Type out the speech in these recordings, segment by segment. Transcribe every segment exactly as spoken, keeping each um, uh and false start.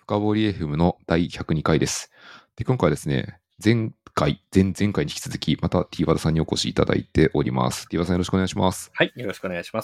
深掘り エフエム のだいひゃくにかいです。で、今回はですね、前回、前々回に引き続き、また T 和田さんにお越しいただいております。T 和田さんよろしくお願いします。 はい、よろしくお願いします。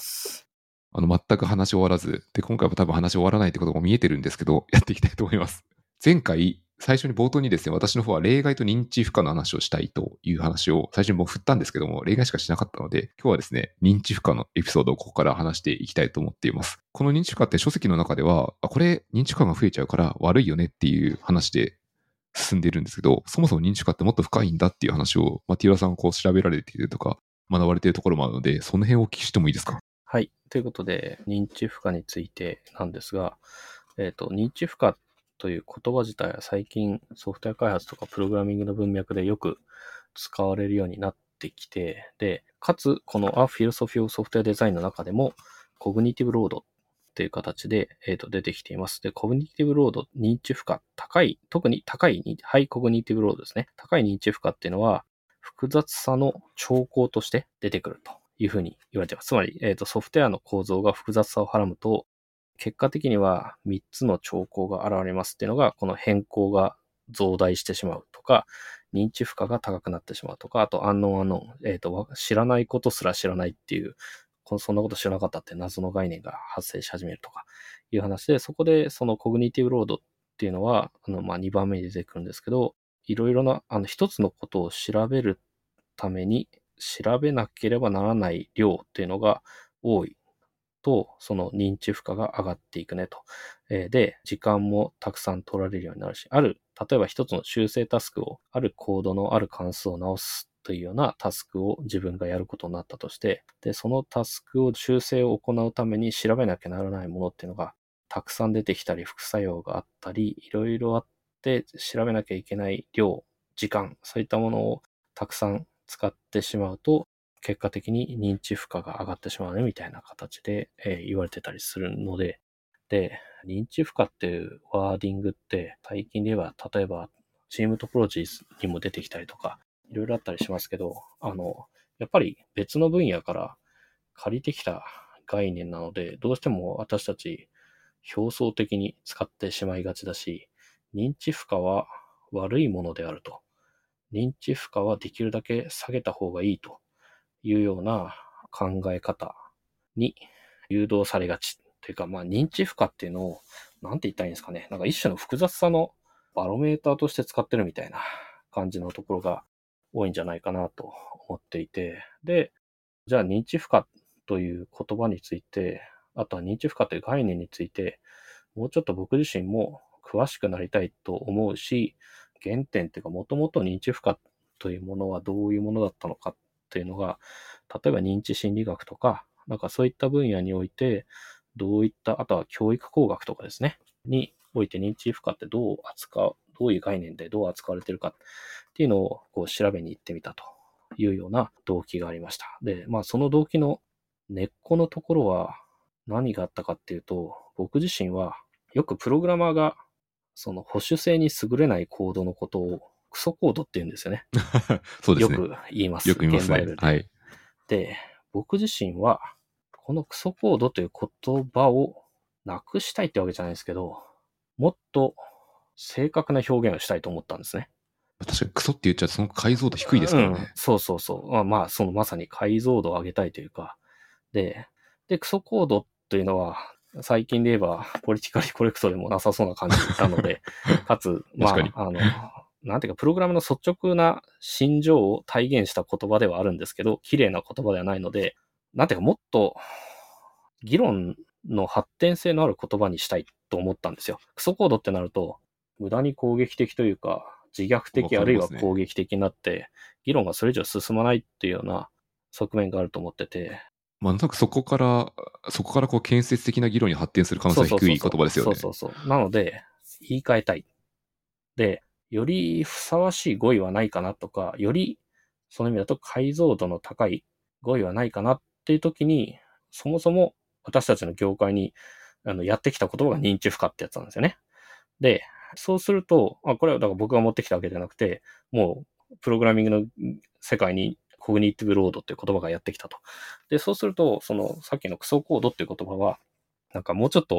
あの、全く話終わらず、で、今回も多分話終わらないってことも見えてるんですけど、やっていきたいと思います。前回、最初に冒頭にですね、私の方は例外と認知負荷の話をしたいという話を最初に僕振ったんですけども、例外しかしなかったので、今日はですね、認知負荷のエピソードをここから話していきたいと思っています。この認知負荷って書籍の中では、あ、これ認知負荷が増えちゃうから悪いよねっていう話で進んでいるんですけど、そもそも認知負荷ってもっと深いんだっていう話を、まあ、ティーラさんがこう調べられているとか、学ばれているところもあるので、その辺をお聞きしてもいいですか？ はい、ということで、認知負荷についてなんですが、えっと、認知負荷という言葉自体は最近ソフトウェア開発とかプログラミングの文脈でよく使われるようになってきて、で、かつ、この A Philosophy of Software Design の中でも、コグニティブロードっていう形で、えー、と出てきています。で、コグニティブロード、認知負荷、高い、特に高い、ハイコグニティブロードですね。高い認知負荷っていうのは、複雑さの兆候として出てくるというふうに言われています。つまり、えー、とソフトウェアの構造が複雑さをはらむと、結果的にはみっつの兆候が現れますっていうのが、この変更が増大してしまうとか、認知負荷が高くなってしまうとか、あと、アンノンアンノン、えっと、知らないことすら知らないっていう、そんなこと知らなかったって謎の概念が発生し始めるとかいう話で、そこでそのコグニティブロードっていうのは、あの、まあ、にばんめに出てくるんですけど、いろいろな、あの、一つのことを調べるために、調べなければならない量っていうのが多いと、その認知負荷が上がっていくねと。で、時間もたくさん取られるようになるし、ある、例えば一つの修正タスクを、あるコードのある関数を直すというようなタスクを自分がやることになったとして、で、そのタスクを修正を行うために調べなきゃならないものっていうのがたくさん出てきたり、副作用があったり、いろいろあって調べなきゃいけない量、時間、そういったものをたくさん使ってしまうと、結果的に認知負荷が上がってしまうねみたいな形で、えー、言われてたりするので、で、認知負荷っていうワーディングって最近で言えば、例えばチームトポロジーにも出てきたりとか、いろいろあったりしますけど、あの、やっぱり別の分野から借りてきた概念なので、どうしても私たち表層的に使ってしまいがちだし、認知負荷は悪いものであると。認知負荷はできるだけ下げた方がいいというような考え方に誘導されがちというか、まあ認知負荷っていうのを、なんて言ったらいいんですかね。なんか一種の複雑さのバロメーターとして使ってるみたいな感じのところが多いんじゃないかなと思っていて、で、じゃあ認知負荷という言葉について、あとは認知負荷という概念について、もうちょっと僕自身も詳しくなりたいと思うし、原点っていうか、もともと認知負荷というものはどういうものだったのかっていうのが、例えば認知心理学とか、なんかそういった分野において、どういった、あとは教育工学とかですね、において認知負荷ってどう扱う、どういう概念でどう扱われているかっていうのをこう調べに行ってみたというような動機がありました。で、まあその動機の根っこのところは何があったかっていうと、僕自身はよくプログラマーがその保守性に優れないコードのことをクソコードって言うんですよね。 そうですね。 よく言います。 よく言いますね。 現場レベルで。 はい。 で、僕自身は、このクソコードという言葉をなくしたいってわけじゃないですけど、もっと正確な表現をしたいと思ったんですね。 確かにクソって言っちゃうとその解像度低いですからね。 うん、そうそうそう。まあ、まあ、そのまさに解像度を上げたいというか。で、で、クソコードというのは、最近で言えば、ポリティカリコレクトでもなさそうな感じなので、かつ、ま確かに。 あ、あの、なんていうか、プログラムの率直な心情を体現した言葉ではあるんですけど、綺麗な言葉ではないので、なんていうか、もっと、議論の発展性のある言葉にしたいと思ったんですよ。クソコードってなると、無駄に攻撃的というか、自虐的あるいは攻撃的になって、議論がそれ以上進まないっていうような側面があると思ってて。 まあ、なんかそこから、そこからこう建設的な議論に発展する可能性そうは低い言そうそうそう。 葉ですよね。 そうそうそう。なので、言い換えたい。で、よりふさわしい語彙はないかなとか、よりその意味だと解像度の高い語彙はないかなっていう時に、そもそも私たちの業界にあのやってきた言葉が認知負荷ってやつなんですよね。で、そうすると、あ、これはだから僕が持ってきたわけじゃなくて、もうプログラミングの世界にコグニティブロードっていう言葉がやってきたと。で、そうすると、そのさっきのクソコードっていう言葉は、なんかもうちょっと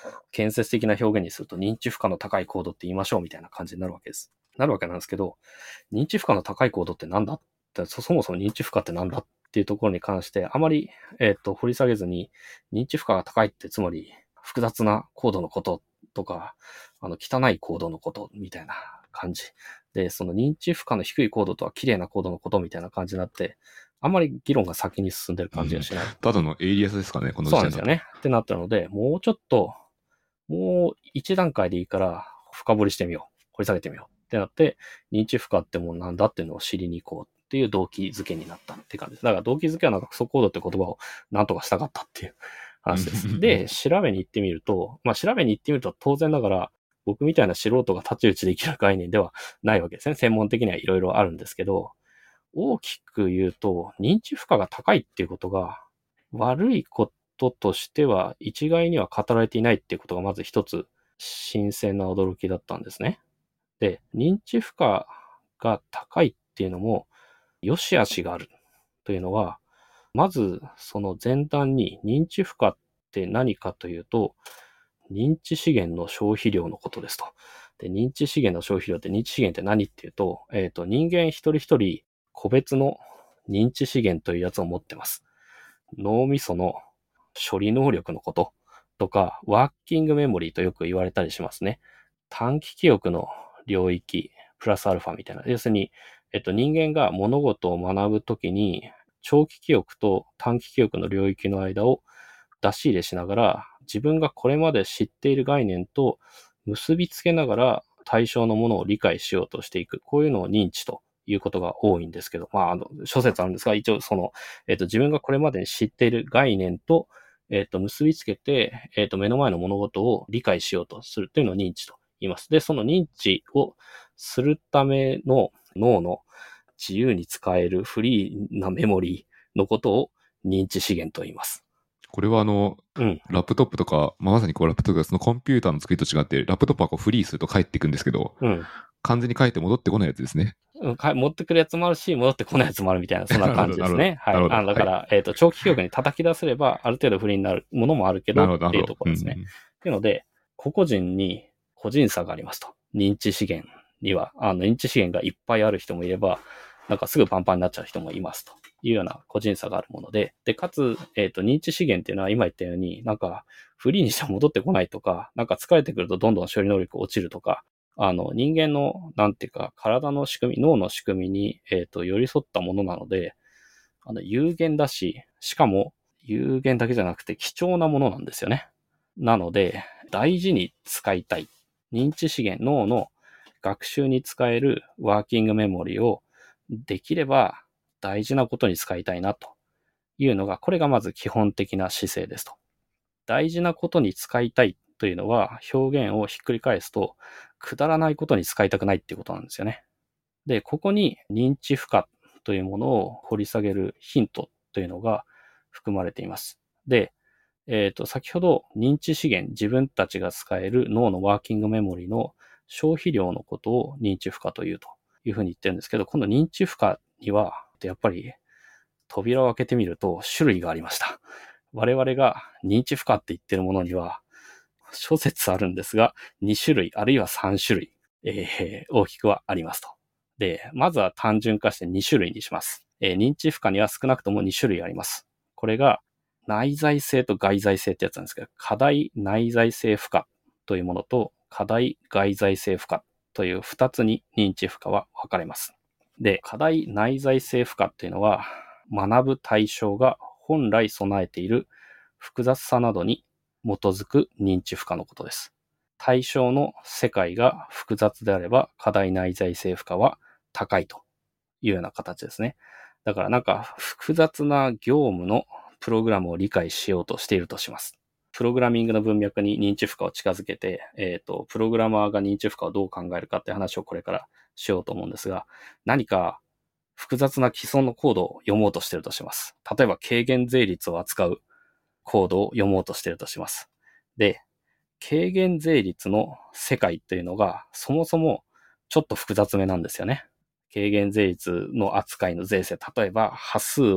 建設的な表現にすると認知負荷の高いコードって言いましょうみたいな感じになるわけです。なるわけなんですけど、認知負荷の高いコードってなんだって、そもそも認知負荷ってなんだっていうところに関して、あまり、えっと、掘り下げずに、認知負荷が高いってつまり複雑なコードのこととか、あの、汚いコードのことみたいな感じ。で、その認知負荷の低いコードとは綺麗なコードのことみたいな感じになって、あんまり議論が先に進んでる感じがしない。 ただのエイリアスですかね、この時点だと。 そうなんですよね。ってなったので、もうちょっと、もう一段階でいいから深掘りしてみよう。掘り下げてみよう。ってなって、認知負荷ってもうなんだっていうのを知りに行こうっていう動機づけになったって感じです。だから動機づけはなんかクソコードって言葉をなんとかしたかったっていう話です。で、調べに行ってみると、まあ調べに行ってみると当然ながら、僕みたいな素人が太刀打ちできる概念ではないわけですね。専門的にはいろいろあるんですけど、大きく言うと、認知負荷が高いっていうことが、悪いこととしては、一概には語られていないっていうことがまず一つ、新鮮な驚きだったんですね。で、認知負荷が高いっていうのも、良し悪しがあるというのは、まず、その前段に認知負荷って何かというと、認知資源の消費量のことですと。で、認知資源の消費量って認知資源って何っていうと、えっと、人間一人一人個別の認知資源というやつを持ってます。脳みその処理能力のこととか、ワーキングメモリーとよく言われたりしますね。短期記憶の領域、プラスアルファみたいな。要するに、えっと、人間が物事を学ぶときに、長期記憶と短期記憶の領域の間を出し入れしながら、自分がこれまで知っている概念と結びつけながら対象のものを理解しようとしていく。こういうのを認知ということが多いんですけど、まあ、あの、諸説あるんですが、一応その、えっと、自分がこれまでに知っている概念と、えっと、結びつけて、えっと、目の前の物事を理解しようとするというのを認知と言います。で、その認知をするための脳の自由に使えるフリーなメモリーのことを認知資源と言います。 これはあの、 うん。 ラップトップとか、まあ、まさにこうラップトップがそのコンピューターの作りと違って、ラップトップはこうフリーすると帰っていくんですけど、 うん。 完全に帰って戻ってこないやつですね。 うんか持ってくるやつもあるし、戻ってこないやつもあるみたいな、そんな感じですね。はい。 なるほど。 あだから、はい、えっ、ー、と、長期記憶に叩き出せれば、ある程度不利になるものもあるけど、っていうところですね。っていうので、個々人に個人差がありますと。認知資源には、あの、認知資源がいっぱいある人もいれば、なんかすぐパンパンになっちゃう人もいますというような個人差があるもので、で、かつ、えっ、ー、と、認知資源っていうのは今言ったように、なんか、フリーにしても戻ってこないとか、なんか疲れてくるとどんどん処理能力落ちるとか、あの、人間の、なんていうか、体の仕組み、脳の仕組みに、えっと、寄り添ったものなので、あの、有限だし、しかも、有限だけじゃなくて貴重なものなんですよね。なので、大事に使いたい。認知資源、脳の学習に使えるワーキングメモリを、できれば大事なことに使いたいなというのが、これがまず基本的な姿勢ですと。大事なことに使いたいというのは表現をひっくり返すと、くだらないことに使いたくないっていうことなんですよね。で、ここに認知負荷というものを掘り下げるヒントというのが含まれています。で、えっと、先ほど認知資源、自分たちが使える脳のワーキングメモリの消費量のことを認知負荷というというふうに言ってるんですけど、この認知負荷には、やっぱり扉を開けてみると種類がありました。我々が認知負荷って言ってるものには諸説あるんですが、に種類あるいはさん種類、えー、大きくはありますと。で、まずは単純化してに種類にします。えー、認知負荷には少なくともに種類あります。これが内在性と外在性ってやつなんですけど、過大内在性負荷というものと過大外在性負荷というふたつに認知負荷は分かれます。で、過大内在性負荷っていうのは、学ぶ対象が本来備えている複雑さなどに基づく認知負荷のことです。対象の世界が複雑であれば、過大内在性負荷は高いというような形ですね。だからなんか複雑な業務のプログラムを理解しようとしているとします。プログラミングの文脈に認知負荷を近づけて、えっと、プログラマーが認知負荷をどう考えるかって話をこれからしようと思うんですが、何か複雑な既存のコードを読もうとしているとします。例えば軽減税率を扱うコードを読もうとしているとします。で、軽減税率の世界というのがそもそもちょっと複雑めなんですよね。軽減税率の扱いの税制、例えば端数を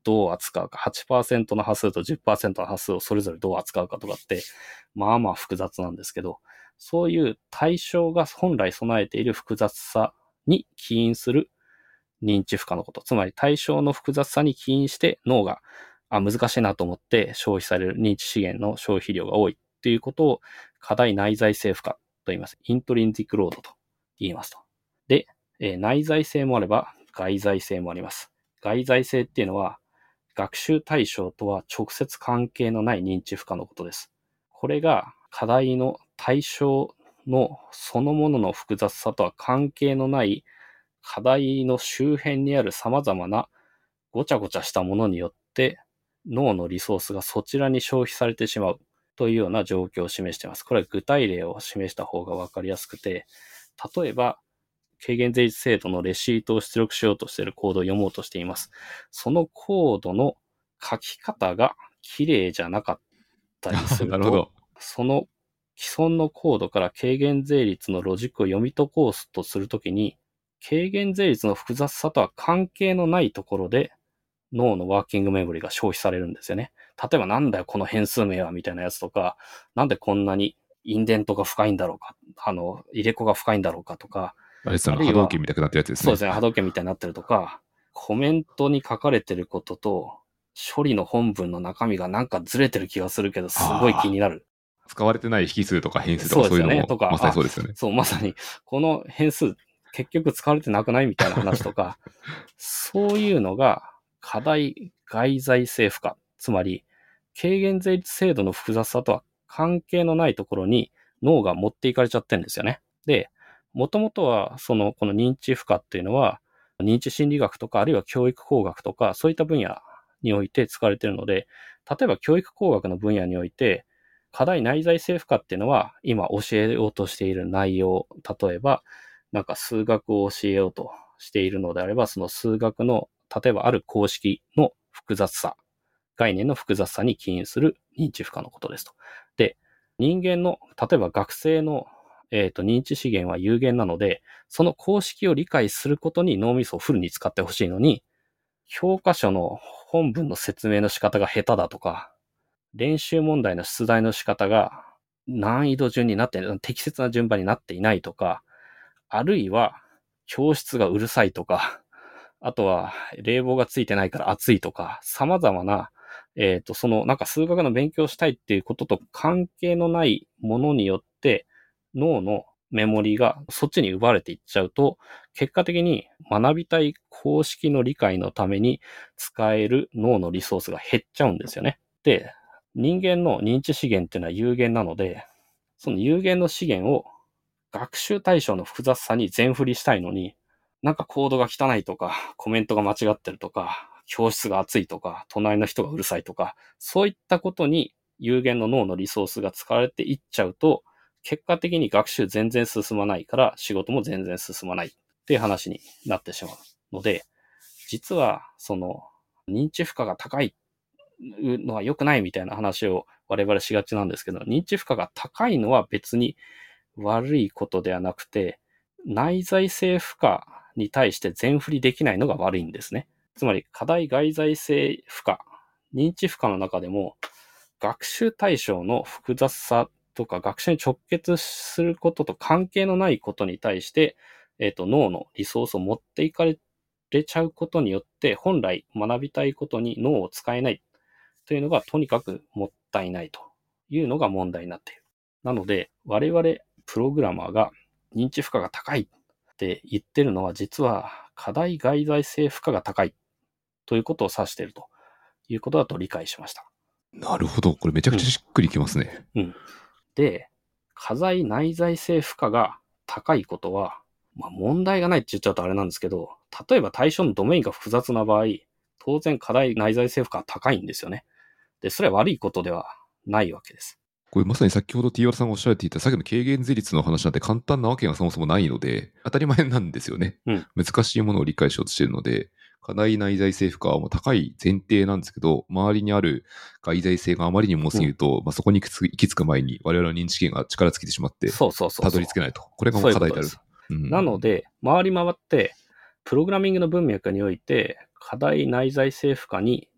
どう扱うか、はちパーセント の波数と じゅっパーセント の波数をそれぞれどう扱うかとかって、まあまあ複雑なんですけど、そういう対象が本来備えている複雑さに起因する認知負荷のこと。つまり対象の複雑さに起因して脳があ難しいなと思って消費される認知資源の消費量が多いっていうことを過大内在性負荷と言います。イントリンジックロードと言いますと。で、えー、内在性もあれば外在性もあります。外在性っていうのは学習対象とは直接関係のない認知負荷のことです。これが課題の対象のそのものの複雑さとは関係のない課題の周辺にある様々なごちゃごちゃしたものによって脳のリソースがそちらに消費されてしまうというような状況を示しています。これは具体例を示した方がわかりやすくて、例えば軽減税率制度のレシートを出力しようとしているコードを読もうとしています。そのコードの書き方が綺麗じゃなかったりすると、 なるほど。 その既存のコードから軽減税率のロジックを読み解こうとするときに、軽減税率の複雑さとは関係のないところで脳のワーキングメモリが消費されるんですよね。例えばなんだよこの変数名はみたいなやつとか、なんでこんなにインデントが深いんだろうか、あの入れ子が深いんだろうかとか、 あれですね、波動拳みたいになってるやつですね。 そうですね、波動拳みたいになってるとか、コメントに書かれてることと処理の本文の中身がなんかずれてる気がするけどすごい気になる。 使われてない引数とか変数とかそういうのもまさにそうですよね。 そう、まさにこの変数結局使われてなくないみたいな話とか、そういうのが課題外在性負荷、つまり軽減税率制度の複雑さとは関係のないところに脳が持っていかれちゃってるんですよね。で、もともとはそのこの認知負荷っていうのは認知心理学とかあるいは教育工学とかそういった分野において使われているので、例えば教育工学の分野において課題内在性負荷っていうのは今教えようとしている内容、例えばなんか数学を教えようとしているのであれば、その数学の例えばある公式の複雑さ、概念の複雑さに起因する認知負荷のことですと。で、人間の例えば学生の、えーと、認知資源は有限なので、その公式を理解することに脳みそをフルに使ってほしいのに、教科書の本文の説明の仕方が下手だとか、練習問題の出題の仕方が難易度順になって適切な順番になっていないとか、あるいは教室がうるさいとか、あとは冷房がついてないから暑いとか、様々な、えっと、そのなんか数学の勉強したいっていうことと関係のないものによって脳のメモリがそっちに奪われていっちゃうと、結果的に学びたい公式の理解のために使える脳のリソースが減っちゃうんですよね。で、人間の認知資源っていうのは有限なので、その有限の資源を学習対象の複雑さに全振りしたいのに、なんかコードが汚いとか、コメントが間違ってるとか、教室が暑いとか、隣の人がうるさいとか、そういったことに有限の脳のリソースが使われていっちゃうと、結果的に学習全然進まないから仕事も全然進まないっていう話になってしまうので、実はその認知負荷が高いのは良くないみたいな話を我々しがちなんですけど、認知負荷が高いのは別に悪いことではなくて、内在性負荷に対して全振りできないのが悪いんですね。つまり課題外在性負荷、認知負荷の中でも学習対象の複雑さとか学習に直結することと関係のないことに対して、えっと、脳のリソースを持っていかれちゃうことによって本来学びたいことに脳を使えないというのがとにかくもったいないというのが問題になっている。なので我々プログラマーが認知負荷が高いって言ってるのは実は課題外在性負荷が高いということを指しているということだと理解しました。 なるほど。これめちゃくちゃしっくりきますね。 うん。うん、で、課題内在性負荷が高いことは、まあ、問題がないって言っちゃうとあれなんですけど、例えば対象のドメインが複雑な場合、当然課題内在性負荷は高いんですよね。で、それは悪いことではないわけです。 これまさに先ほど ティーアール さんがおっしゃられていたさっきの軽減税率の話なんて簡単なわけがそもそもないので、当たり前なんですよね。 うん、 難しいものを理解しようとしているので、課題内在性負荷はもう高い前提なんですけど、周りにある外在性があまりにも多すぎると、うんまあ、そこに行き着く前に我々の認知源が力尽きてしまって、たどり着けないと。これがもう課題である。 うん、なので、回り回って、プログラミングの文脈において、課題内在性負荷に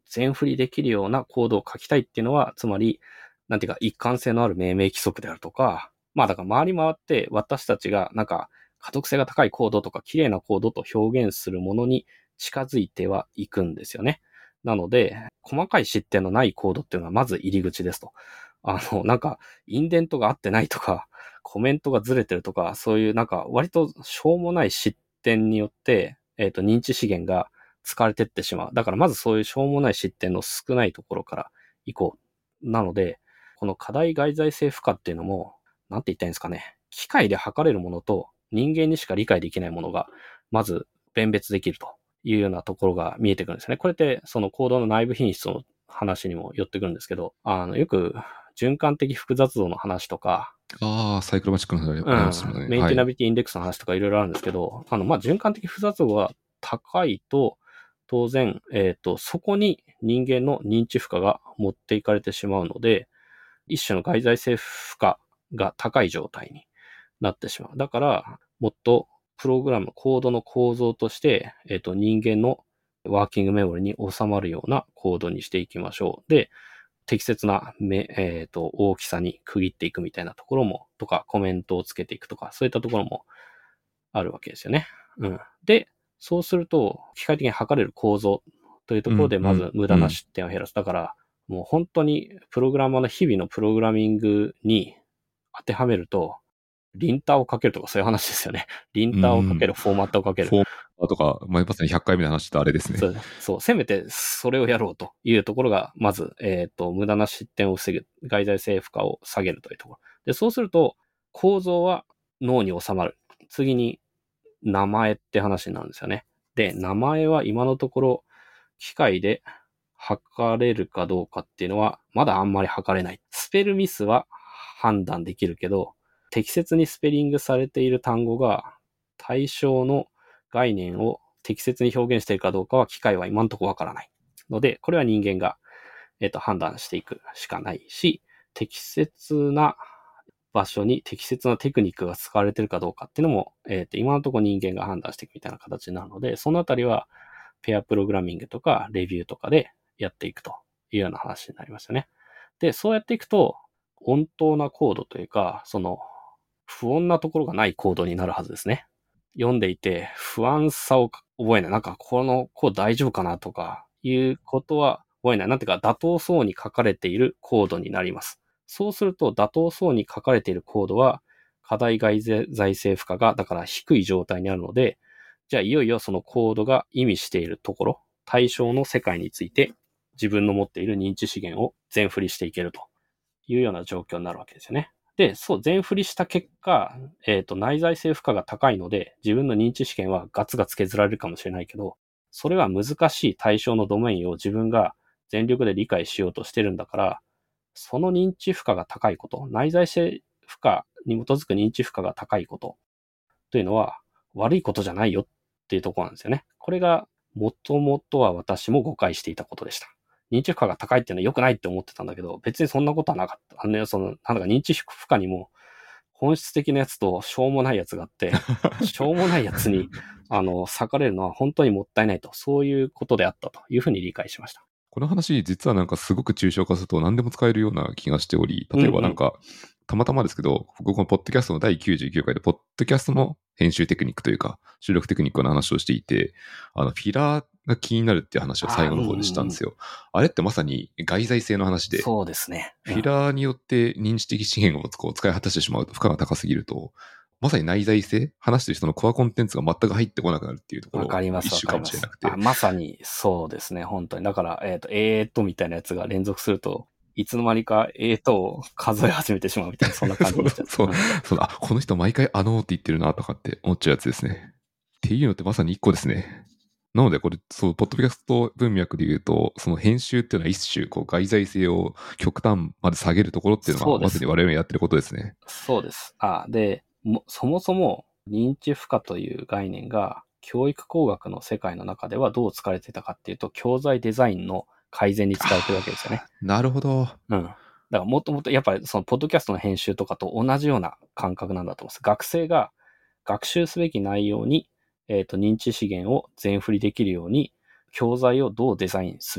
全振りできるようなコードを書きたいっていうのは、つまり、なんていうか一貫性のある命名規則であるとか、まあだから回り回って私たちがなんか可読性が高いコードとか綺麗なコードと表現するものに近づいてはいくんですよね。なので、細かい失点のないコードっていうのがまず入り口ですと。あの、なんか、インデントが合ってないとか、コメントがずれてるとか、そういうなんか割としょうもない失点によって、えっと、認知資源が使われてってしまう。だからまずそういうしょうもない失点の少ないところから行こう。なので、この課題外在性負荷っていうのも、なんて言ったらいいんですかね。機械で測れるものと人間にしか理解できないものが、まず弁別できるというようなところが見えてくるんですね。これってそのコードの内部品質の話にも寄ってくるんですけど、あの、よく循環的複雑度の話とか、 ああ、サイクロマチックの話ありますもんね。 うん、メインテナビリティインデックスの話とかいろいろあるんですけど、あの、まあ、循環的複雑度が高いと、当然、えっと、そこに人間の認知負荷が持っていかれてしまうので、一種の外在性負荷が高い状態になってしまう。だから、もっとプログラム、コードの構造として、えっと、人間のワーキングメモリに収まるようなコードにしていきましょう。で、適切なめ、えっと、大きさに区切っていくみたいなところも、とか、コメントをつけていくとか、そういったところもあるわけですよね。うん。で、そうすると、機械的に測れる構造というところで、まず無駄な失点を減らす。だから、もう本当にプログラマーの日々のプログラミングに当てはめると、リンターをかけるとかそういう話ですよね。リンターをかける、フォーマットをかける。 フォーマットとか、まあ、まさにひゃっかいめの話ってあれですね。 そう、そう、せめてそれをやろうというところが、まず、えっと、無駄な失点を防ぐ、外在性負荷を下げるというところ。で、そうすると、構造は脳に収まる。次に、名前って話になるんですよね。で、名前は今のところ、機械で測れるかどうかっていうのは、まだあんまり測れない。スペルミスは判断できるけど、適切にスペリングされている単語が対象の概念を適切に表現しているかどうかは機械は今のところわからないので、これは人間が、えっと、判断していくしかないし、適切な場所に適切なテクニックが使われているかどうかっていうのも、えっと、今のところ人間が判断していくみたいな形になるので、そのあたりはペアプログラミングとかレビューとかでやっていくというような話になりますよね。で、そうやっていくと、穏当なコードというか、その、不穏なところがないコードになるはずですね。読んでいて不安さを覚えない。なんかこのコード大丈夫かなとかいうことは覚えない。なんていうか妥当そうに書かれているコードになります。そうすると妥当そうに書かれているコードは課題外在性負荷がだから低い状態にあるので、じゃあいよいよそのコードが意味しているところ、対象の世界について自分の持っている認知資源を全振りしていけるというような状況になるわけですよね。で、そう、全振りした結果、えっと、内在性負荷が高いので、自分の認知試験はガツガツ削られるかもしれないけど、それは難しい対象のドメインを自分が全力で理解しようとしてるんだから、その認知負荷が高いこと、内在性負荷に基づく認知負荷が高いことというのは悪いことじゃないよっていうところなんですよね。これがもともとは私も誤解していたことでした。認知負荷が高いっていうのは良くないって思ってたんだけど、別にそんなことはなかった。あのね、その、なんだか認知負荷にも本質的なやつとしょうもないやつがあって、しょうもないやつに、あの、裂かれるのは本当にもったいないと、そういうことであったというふうに理解しました。 この話、実はなんかすごく抽象化すると何でも使えるような気がしており、例えばなんか、うんうん、たまたまですけど、僕このポッドキャストのだいきゅうじゅうきゅうかいで、ポッドキャストの編集テクニックというか、収録テクニックの話をしていて、あの、フィラーが気になるっていう話を最後の方でしたんですよ。あ,、うんうんうん、あれってまさに外在性の話で、 そうですね。 うん、フィラーによって認知的資源をこう使い果たしてしまうと負荷が高すぎると、まさに内在性、話してる人のコアコンテンツが全く入ってこなくなるっていうところが一種かもしれなくて。 あ、まさにそうですね、本当に。だから、えっと、えーっとみたいなやつが連続すると、いつの間にかえーっとを数え始めてしまうみたいな、そんな感じになっちゃう。 そうそう、そう、あ、この人毎回あのーって言ってるなとかって思っちゃうやつですね。っていうのってまさに一個ですね。なので、これ、そう、ポッドキャスト文脈で言うと、その編集っていうのは一種、こう、外在性を極端まで下げるところっていうのが、まさに我々がやってることですね。 そうです。あ、で、もそもそも認知負荷という概念が、教育工学の世界の中ではどう使われていたかっていうと、教材デザインの改善に使われてるわけですよね。 なるほど。 うん。だからもともとやっぱりそのポッドキャストの編集とかと同じような感覚なんだと思います。学生が学習すべき内容に、えっと、認知資源を全振りできるように、教材をどうデザインすべきか。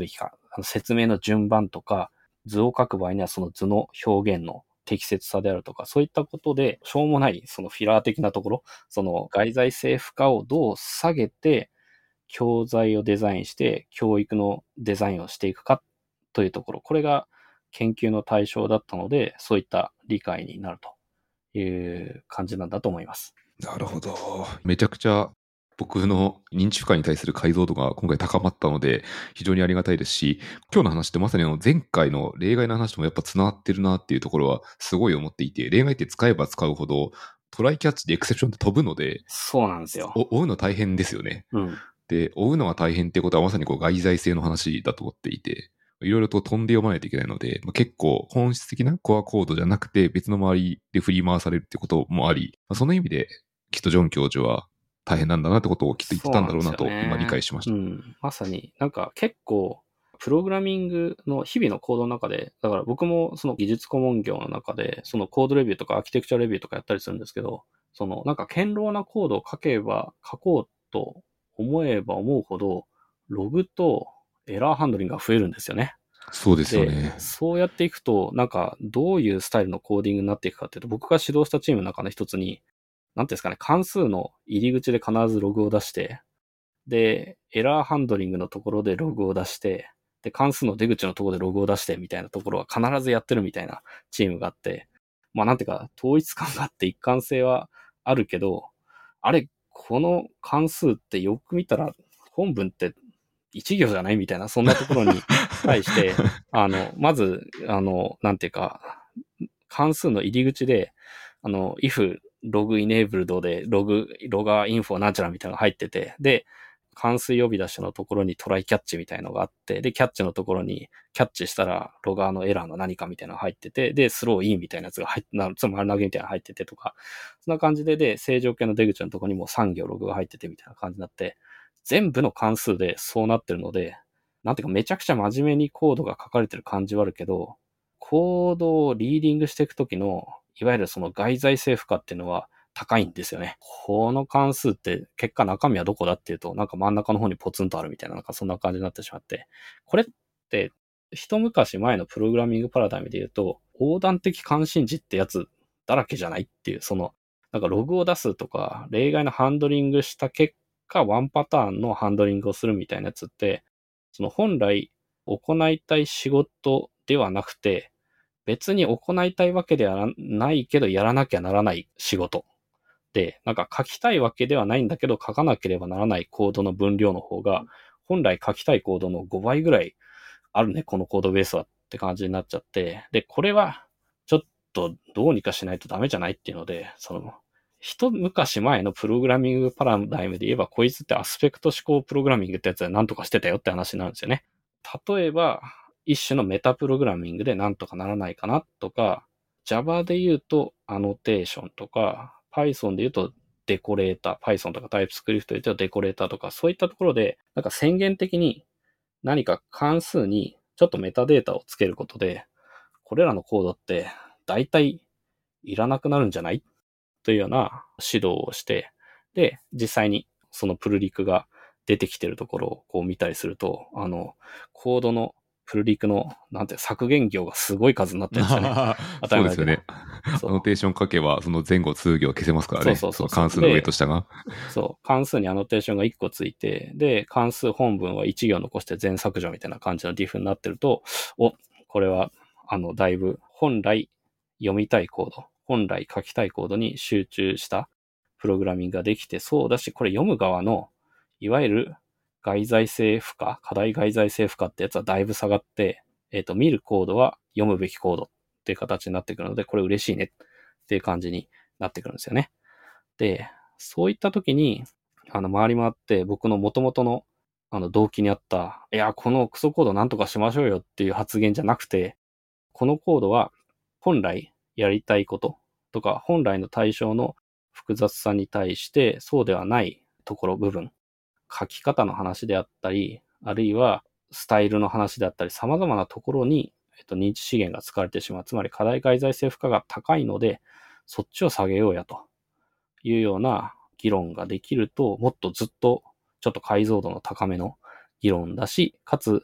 あの説明の順番とか、図を書く場合にはその図の表現の適切さであるとか、そういったことで、しょうもないそのフィラー的なところ、その外在性負荷をどう下げて、教材をデザインして、教育のデザインをしていくかというところ、これが研究の対象だったので、そういった理解になるという感じなんだと思います。 なるほど。めちゃくちゃ僕の認知負荷に対する解像度が今回高まったので、非常にありがたいですし、今日の話ってまさにあの前回の例外の話ともやっぱ繋がってるなっていうところはすごい思っていて、例外って使えば使うほどトライキャッチでエクセプションって飛ぶので、 そうなんですよ。 お追うの大変ですよね。 うん。 で、追うのが大変ってことはまさにこう外在性の話だと思っていて、いろいろと飛んで読まないといけないので、まあ、結構本質的なコアコードじゃなくて別の周りで振り回されるってこともあり、まあ、その意味できっとジョン教授は大変なんだなってことをきっと言ってたんだろうなと今理解しました。 うん。まさになんか結構、プログラミングの日々のコードの中で、だから僕もその技術顧問業の中で、そのコードレビューとかアーキテクチャレビューとかやったりするんですけど、そのなんか堅牢なコードを書けば書こうと思えば思うほど、ログとエラーハンドリングが増えるんですよね。 そうですよね。 で、そうやっていくと、なんかどういうスタイルのコーディングになっていくかっていうと、僕が指導したチームの中の一つに、なんていうんですかね、関数の入り口で必ずログを出して、で、エラーハンドリングのところでログを出して、で、関数の出口のところでログを出してみたいなところは必ずやってるみたいなチームがあって、まあなんていうか、統一感があって一貫性はあるけど、あれ、この関数ってよく見たら本文って一行じゃないみたいな、そんなところに対して、あの、まず、あの、なんていうか、関数の入り口で、あの、if log enabled で log、logger info なんちゃらみたいなのが入ってて、で、関数呼び出しのところにトライキャッチみたいなのがあって、で、キャッチのところにキャッチしたらロガーのエラーの何かみたいなのが入ってて、で、スローインみたいなやつが入って、なつまり丸投げみたいなのが入っててとか、そんな感じで、で、正常形の出口のところにもさん行ログが入っててみたいな感じになって、全部の関数でそうなってるので、なんていうかめちゃくちゃ真面目にコードが書かれてる感じはあるけど、コードをリーディングしていくときの、いわゆるその外在性負荷っていうのは高いんですよね。この関数って結果中身はどこだっていうと、なんか真ん中の方にポツンとあるみたいな、なんかそんな感じになってしまって。これって一昔前のプログラミングパラダイムで言うと、横断的関心事ってやつだらけじゃないっていう、その、なんかログを出すとか、例外のハンドリングした結果、ワンパターンのハンドリングをするみたいなやつって、その本来行いたい仕事ではなくて、別に行いたいわけではないけどやらなきゃならない仕事で、なんか書きたいわけではないんだけど書かなければならないコードの分量の方が、本来書きたいコードのごばいぐらいあるね、このコードベースはって感じになっちゃって、で、これはちょっとどうにかしないとダメじゃないっていうので、その、一昔前のプログラミングパラダイムで言えば、こいつってアスペクト思考プログラミングってやつで何とかしてたよって話なんですよね。例えば、一種のメタプログラミングで何とかならないかなとか、Java で言うとアノテーションとか、Python で言うとデコレーター、Python とか TypeScript で言うとデコレーターとか、そういったところで、なんか宣言的に何か関数にちょっとメタデータをつけることで、これらのコードって大体いらなくなるんじゃないというような指導をして、で、実際にそのプルリクが出てきてるところをこう見たりすると、あの、コードのプルリクの、なんて削減行がすごい数になってるんですよね。当たり前だけど。 そうですよね。アノテーション書けば、その前後数行消せますからね。 そうそうそうそう。 その関数の上と下が。 そう。関数にアノテーションがいっこついて、で、関数本文はいち行残して全削除みたいな感じのディフになってると、お、これは、あの、だいぶ本来読みたいコード、本来書きたいコードに集中したプログラミングができてそうだし、これ読む側の、いわゆる外在性負荷、課題外在性負荷ってやつはだいぶ下がって、えっと、見るコードは読むべきコードっていう形になってくるので、これ嬉しいねっていう感じになってくるんですよね。で、そういった時に、あの、回り回って僕の元々の、あの、動機にあった、いや、このクソコードなんとかしましょうよっていう発言じゃなくて、このコードは本来やりたいこととか、本来の対象の複雑さに対してそうではないところ、部分、書き方の話であったり、あるいはスタイルの話であったり、様々なところに、えっと、認知資源が使われてしまう。つまり課題外在性負荷が高いので、そっちを下げようやというような議論ができると、もっとずっとちょっと解像度の高めの議論だし、かつ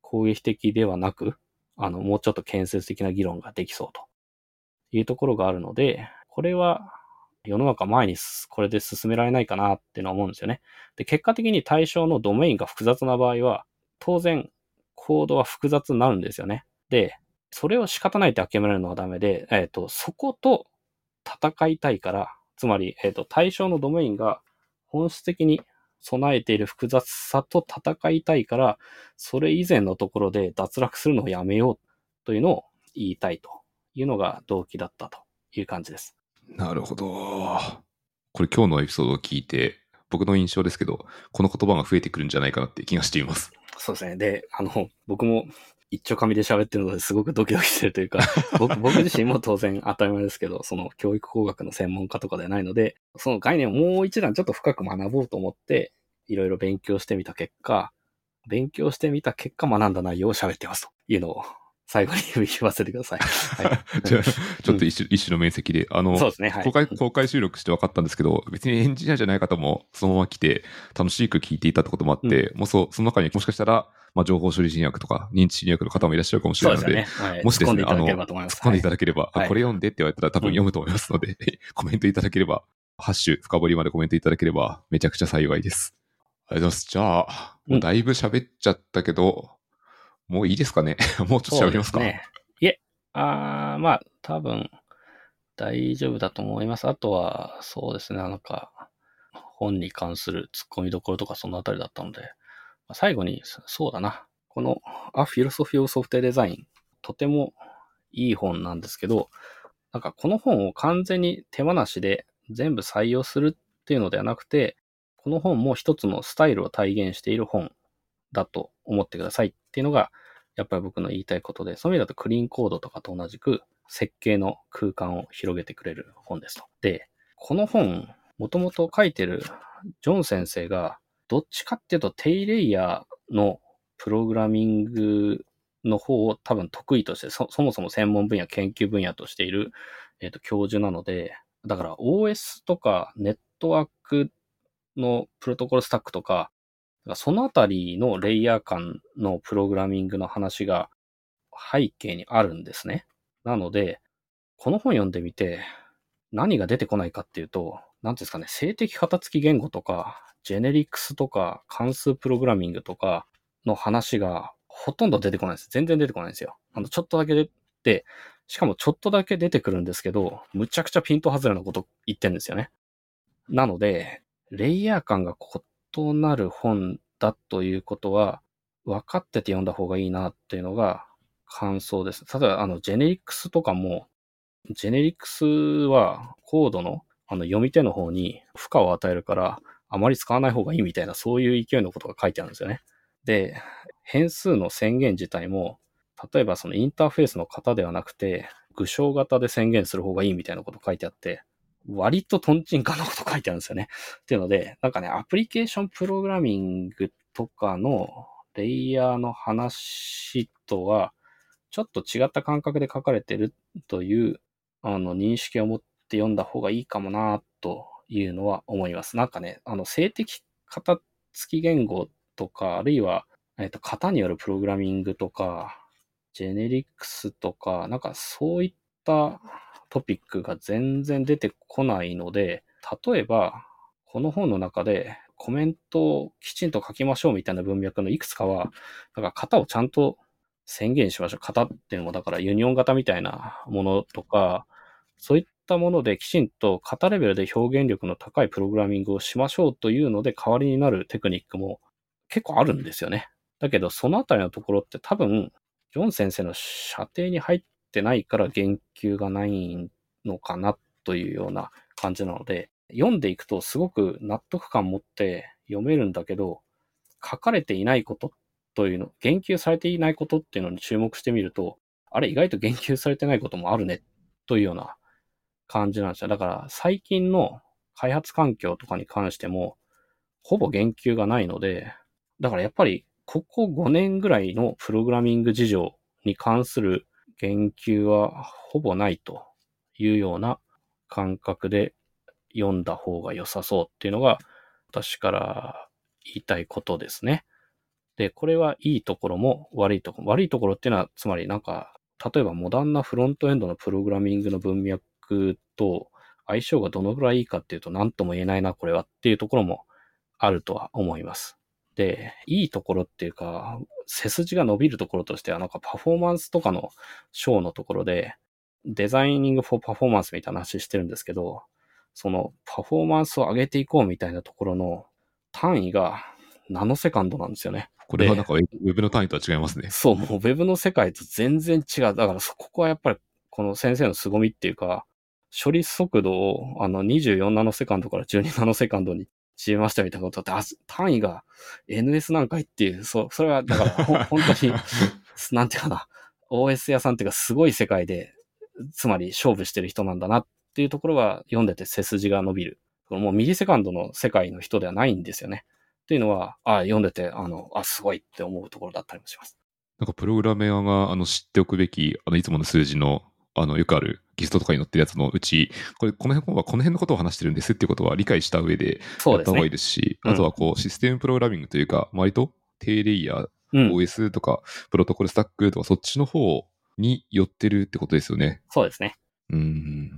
攻撃的ではなく、あの、もうちょっと建設的な議論ができそうというところがあるので、これは世の中前にこれで進められないかなっていうのは思うんですよね。で、結果的に対象のドメインが複雑な場合は、当然、コードは複雑になるんですよね。で、それを仕方ないって諦めるのはダメで、えっと、そこと戦いたいから、つまり、えっと、対象のドメインが本質的に備えている複雑さと戦いたいから、それ以前のところで脱落するのをやめようというのを言いたいというのが動機だったという感じです。 なるほど。これ今日のエピソードを聞いて、僕の印象ですけど、この言葉が増えてくるんじゃないかなって気がしています。 そうですね。で、あの、僕も一丁紙で喋ってるのですごくドキドキしてるというか、僕僕自身も当然当たり前ですけど、その教育工学の専門家とかではないので、その概念をもう一段ちょっと深く学ぼうと思って、いろいろ勉強してみた結果、勉強してみた結果学んだ内容を喋ってますというのを最後に言わせてください。はい、 じゃあ、ちょっと一種,、一種の面積で、あの、 そうですね、はい、 公開、公開収録して分かったんですけど、別にエンジニアじゃない方もそのまま来て、楽しく聞いていたってこともあって、うん、もうそう、その中にもしかしたら、まあ、情報処理人役とか認知心理役の方もいらっしゃるかもしれないので、 そうですよね、はい、 もしですね、 突っ込んでいただければと思います。 突っ込んでいただければ、 はい、 これ読んでって言われたら多分読むと思いますので、うん、コメントいただければ、ハッシュ深掘りまでコメントいただければ、めちゃくちゃ幸いです。ありがとうございます。じゃあ、もうだいぶ喋っちゃったけど、うん、もういいですかね。もうちょっと喋りますか。 そうですね。いえ、あー、まあ、多分、大丈夫だと思います。あとは、そうですね、なんか、本に関する突っ込みどころとかそのあたりだったので、最後に、そうだな、この A Philosophy of Software Design、とてもいい本なんですけど、なんかこの本を完全に手放しで全部採用するっていうのではなくて、この本も一つのスタイルを体現している本だと思ってくださいっていうのが、やっぱり僕の言いたいことで、そういう意味だとクリーンコードとかと同じく設計の空間を広げてくれる本ですと。で、この本、もともと書いてるジョン先生が、どっちかっていうと低レイヤーのプログラミングの方を多分得意として、そ, そもそも専門分野、研究分野としている、えーと、教授なので、だから オーエス とかネットワークのプロトコルスタックとか、そのあたりのレイヤー間のプログラミングの話が背景にあるんですね。なので、この本読んでみて何が出てこないかっていうと、なんていうんですかね、静的型付き言語とか、ジェネリクスとか、関数プログラミングとかの話がほとんど出てこないです。全然出てこないんですよ。あの、ちょっとだけ出て、しかもちょっとだけ出てくるんですけど、むちゃくちゃピント外れなこと言ってるんですよね。なので、レイヤー感が異なる本だということは、分かってて読んだ方がいいなっていうのが感想です。例えば、あの、ジェネリックスとかも、ジェネリックスはコードのあの読み手の方に負荷を与えるから、あまり使わない方がいいみたいな、そういう勢いのことが書いてあるんですよね。で、変数の宣言自体も、例えばそのインターフェースの型ではなくて、具象型で宣言する方がいいみたいなこと書いてあって、割とトンチンカンなこと書いてあるんですよね。っていうので、なんかね、アプリケーションプログラミングとかのレイヤーの話とは、ちょっと違った感覚で書かれてるというあの認識を持って読んだ方がいいかもなというのは思います。なんかね、あの静的型付き言語とか、あるいは、えっと、型によるプログラミングとか、ジェネリックスとか、なんかそういったトピックが全然出てこないので、例えば、この本の中でコメントをきちんと書きましょうみたいな文脈のいくつかは、だから型をちゃんと宣言しましょう。型っていうのも、だからユニオン型みたいなものとか、そういったものできちんと型レベルで表現力の高いプログラミングをしましょうというので代わりになるテクニックも結構あるんですよね。だけど、そのあたりのところって多分、ジョン先生の射程に入ってないから言及がないのかなというような感じなので、読んでいくとすごく納得感持って読めるんだけど、書かれていないことというの、言及されていないことっていうのに注目してみると、あれ意外と言及されてないこともあるねというような感じなんですよ。だから最近の開発環境とかに関しても、ほぼ言及がないので、だからやっぱりここごねんぐらいのプログラミング事情に関する言及はほぼないというような感覚で読んだ方が良さそうっていうのが私から言いたいことですね。 で、これはいいところも悪いところ。悪いところっていうのは、つまりなんか、例えばモダンなフロントエンドのプログラミングの文脈と相性がどのぐらいいいかっていうと何とも言えないな、これはっていうところもあるとは思います。で、いいところっていうか、背筋が伸びるところとしては、なんかパフォーマンスとかの章のところで、デザイニングフォーパフォーマンスみたいな話してるんですけど、そのパフォーマンスを上げていこうみたいなところの単位がナノセカンドなんですよね。 これはなんかウェブの単位とは違いますね。 そう、もうウェブの世界と全然違う。だからここはやっぱりこの先生の凄みっていうか、処理速度をあのにじゅうよんナノセカンドからじゅうにナノセカンドに縮めましたみたいなことって、あ単位が エヌエス なんかいっていう、そう、それはだからほ本当に、なんていうかな、オーエス 屋さんっていうかすごい世界で、つまり勝負してる人なんだなっていうところは読んでて背筋が伸びる。もうミリセカンドの世界の人ではないんですよね。っていうのは、あ読んでて、あの、あ、すごいって思うところだったりもします。 なんかプログラマーがあの知っておくべき、あのいつもの数字の、あのよくあるギストとかに載ってるやつのうち、これ、この辺はこの辺のことを話してるんですっていうことは理解した上でやった方がいいですし、 そうですね。 あとはこう、システムプログラミングというか、割と低レイヤー、 うん、 オーエス とか、プロトコルスタックとか、そっちの方に寄ってるってことですよね。 そうですね。 うん。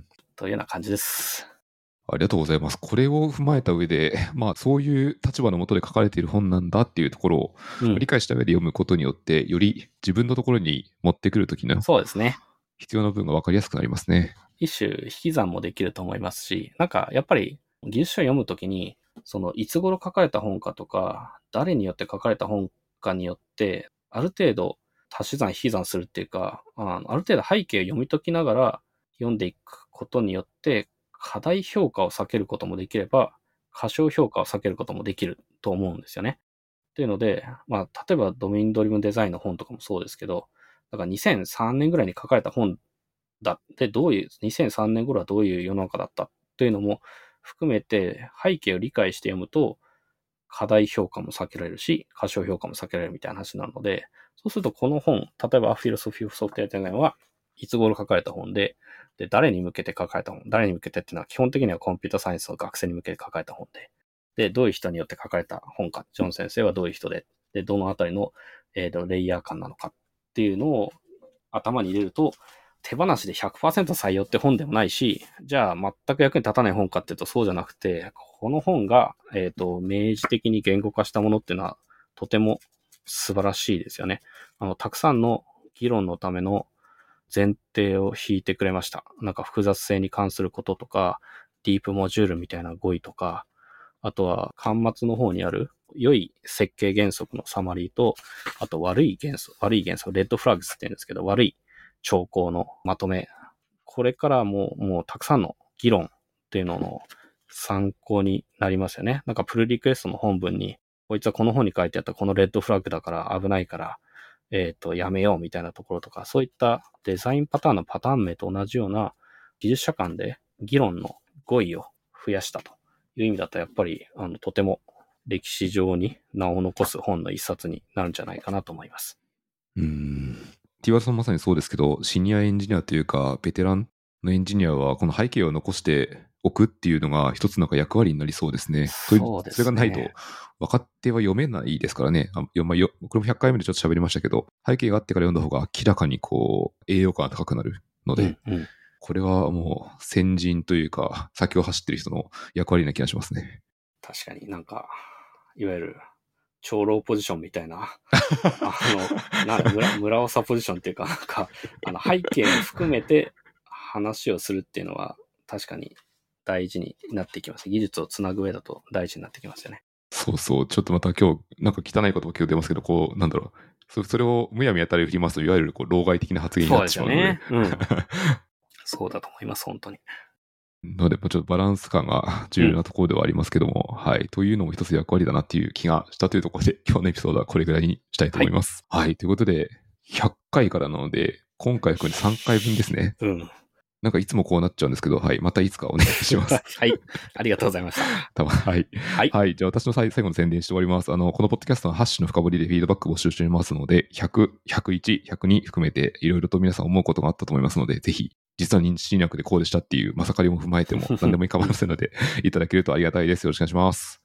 というような感じです。 ありがとうございます。これを踏まえた上で、まあそういう立場のもとで書かれている本なんだっていうところを理解した上で読むことによって、うん、より自分のところに持ってくるときのそうですね。 必要な部分が分かりやすくなりますね。 一種引き算もできると思いますし、なんかやっぱり技術書を読むときに、そのいつ頃書かれた本かとか、誰によって書かれた本かによって、ある程度足し算引き算するっていうか、あのある程度背景を読み解きながら読んでいくことによって、過大評価を避けることもできれば、過小評価を避けることもできると思うんですよね。というので、まあ、例えばドメインドリブンデザインの本とかもそうですけど、だからにせんさんねんぐらいに書かれた本だって、どういう、にせんさんねん頃はどういう世の中だったというのも含めて背景を理解して読むと、過大評価も避けられるし、過小評価も避けられるみたいな話なので、そうするとこの本、例えば A Philosophy of Software Design はいつ頃書かれた本で、で、誰に向けて書かれた本、誰に向けてっていうのは基本的にはコンピュータサイエンスの学生に向けて書かれた本で、で、どういう人によって書かれた本か、ジョン先生はどういう人で、で、どのあたりの、えーと、レイヤー感なのかっていうのを頭に入れると、手放しで ひゃくパーセント 採用って本でもないし、じゃあ全く役に立たない本かっていうとそうじゃなくて、この本が、えっと、明示的に言語化したものっていうのはとても素晴らしいですよね。あの、たくさんの議論のための前提を引いてくれました。なんか複雑性に関することとか、ディープモジュールみたいな語彙とか、あとは端末の方にある良い設計原則のサマリーと、あと悪い原則、悪い原則、レッドフラッグスって言うんですけど、悪い兆候のまとめ。これからももうたくさんの議論っていうのの参考になりますよね。なんかプルリクエストの本文に、こいつはこの本に書いてあったこのレッドフラッグだから危ないから、えっと、やめようみたいなところとか、そういったデザインパターンのパターン名と同じような技術者間で議論の語彙を増やしたという意味だと、やっぱり、あの、とても歴史上に名を残す本の一冊になるんじゃないかなと思います。 うーん。ティワルさんまさにそうですけど、シニアエンジニアというか、ベテランのエンジニアは、この背景を残しておくっていうのが、一つなんか役割になりそうですね。 そうですね。 それがないと、分かっては読めないですからね。あよまあ、よこれもひゃっかいめでちょっと喋りましたけど、背景があってから読んだ方が明らかにこう、栄養価が高くなるので、 うんうん、 これはもう先人というか、先を走ってる人の役割な気がしますね。 確かになんか、いわゆる、長老ポジションみたいな、あの、な村、村長ポジションっていうか、なんか、あの背景を含めて話をするっていうのは、確かに大事になってきます。技術をつなぐ上だと大事になってきますよね。 そうそう、ちょっとまた今日、なんか汚いことも今日出ますけど、こう、なんだろう、そ, それをむやみやたら振りますと、いわゆるこう老害的な発言になってしまうので。 そうですよね。うん。そうだと思います、本当に。 ので、ちょっとバランス感が重要なところではありますけども、うん、はい。というのも一つ役割だなっていう気がしたというところで、今日のエピソードはこれぐらいにしたいと思います。はい。はい、ということで、ひゃっかいからなので、今回含めてさんかいぶんですね。 うん。 なんかいつもこうなっちゃうんですけど、はい。またいつかお願いします。 はい。ありがとうございました。 たまはい。はい。はい。じゃあ私の最後の宣伝して終わります。あの、このポッドキャストのハッシュの深掘りでフィードバック募集していますので、ひゃく、ひゃくいち、ひゃくに含めていろいろと皆さん思うことがあったと思いますので、ぜひ、実は認知侵略でこうでしたっていうまさかりも踏まえても何でもいいかもしれませんので、いただけるとありがたいです。よろしくお願いします。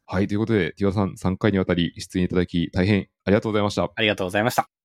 はい、ということで、ティワさんさんかいにわたり出演いただき大変ありがとうございました。 ありがとうございました。